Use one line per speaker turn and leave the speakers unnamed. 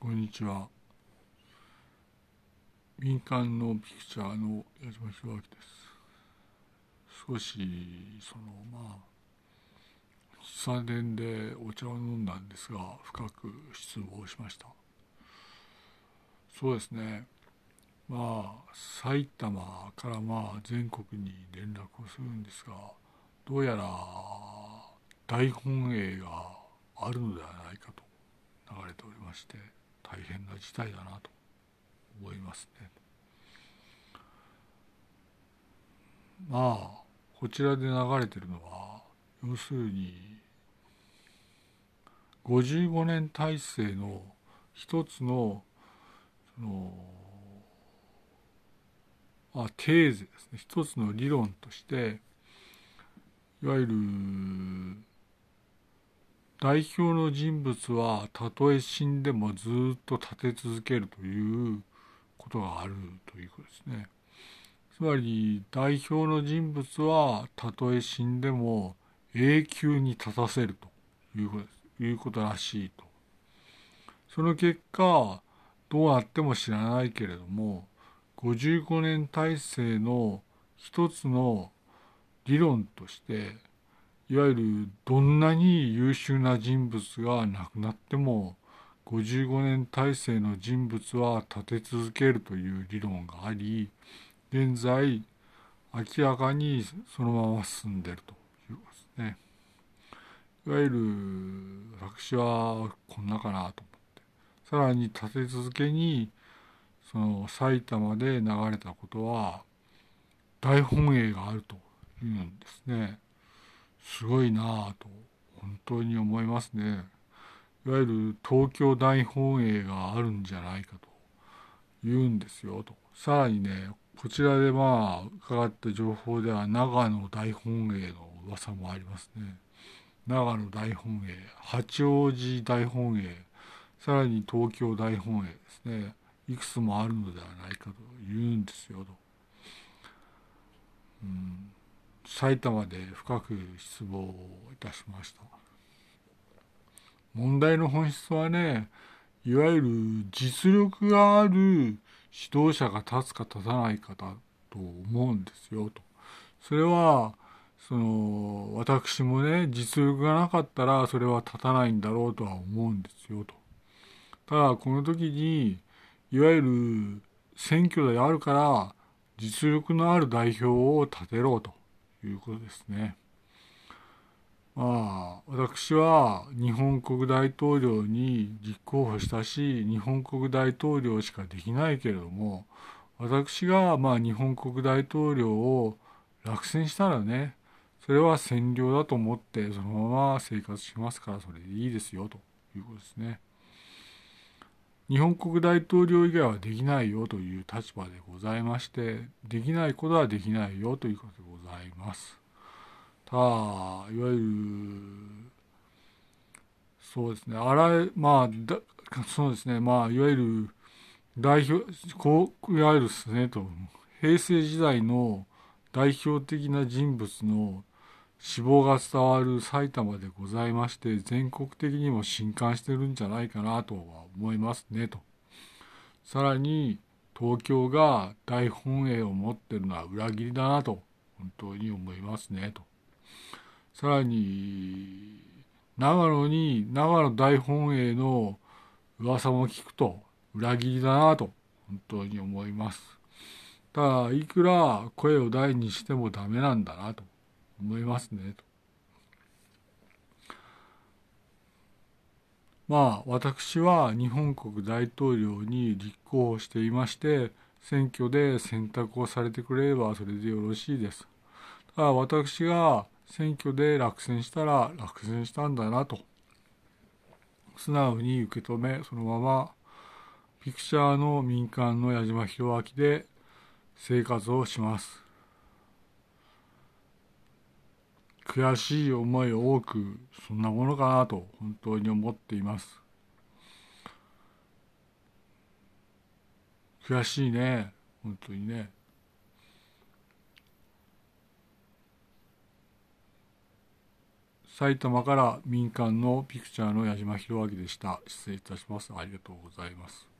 こんにちは。民間のピクチャーの矢島弘明です。少し喫茶店でお茶を飲んだんですが、深く失望しました。そうですね。埼玉から全国に連絡をするんですが、どうやら大本営があるのではないかと流れておりまして、大変な事態だなと思いますね。こちらで流れてるのは、要するに55年体制の一つのそのテーゼですね。一つの理論として、いわゆる代表の人物はたとえ死んでもずっと立て続けるということがあるということですね。つまり代表の人物はたとえ死んでも永久に立たせるということらしいと。その結果どうなっても知らないけれども、55年体制の一つの理論として、いわゆるどんなに優秀な人物が亡くなっても55年体制の人物は立て続けるという理論があり、現在明らかにそのまま進んでいるということですね。いわゆる私はこんなかなと思って、さらに立て続けにその埼玉で流れたことは大本営があるというんですね。すごいなぁと本当に思いますね。いわゆる東京大本営があるんじゃないかと言うんですよと。さらにね、こちらで伺った情報では長野大本営の噂もありますね。長野大本営、八王子大本営、さらに東京大本営ですね。いくつもあるのではないかと言うんですよと。埼玉で深く失望いたしました。問題の本質はね、いわゆる実力がある指導者が立つか立たないかだと思うんですよと。それは私もね、実力がなかったらそれは立たないんだろうとは思うんですよと。ただこの時にいわゆる選挙であるから実力のある代表を立てろということですね。私は日本国大統領に立候補したし、日本国大統領しかできないけれども、私が日本国大統領を落選したらね、それは占領だと思ってそのまま生活しますから、それでいいですよということですね。日本国大統領以外はできないよという立場でございまして、できないことはできないよということでございます。ただ、いわゆるそうですね。そうですね。いわゆる代表、いわゆるですね、平成時代の代表的な人物の死亡が伝わる埼玉でございまして、全国的にも震撼してるんじゃないかなとは思いますね、と。さらに、東京が大本営を持ってるのは裏切りだなと、本当に思いますね、と。さらに、長野大本営の噂も聞くと裏切りだなと本当に思います。ただ、いくら声を大にしてもダメなんだなと思いますねと。私は日本国大統領に立候補していまして、選挙で選択をされてくれればそれでよろしいです。ただ、私が選挙で落選したら落選したんだなと素直に受け止め、そのままピクチャーの民間の矢島弘明で生活をします。悔しい思いを多く、そんなものかなと本当に思っています。悔しいね、本当にね。 埼玉から民間のピクチャーの矢島博明でした。失礼いたします。ありがとうございます。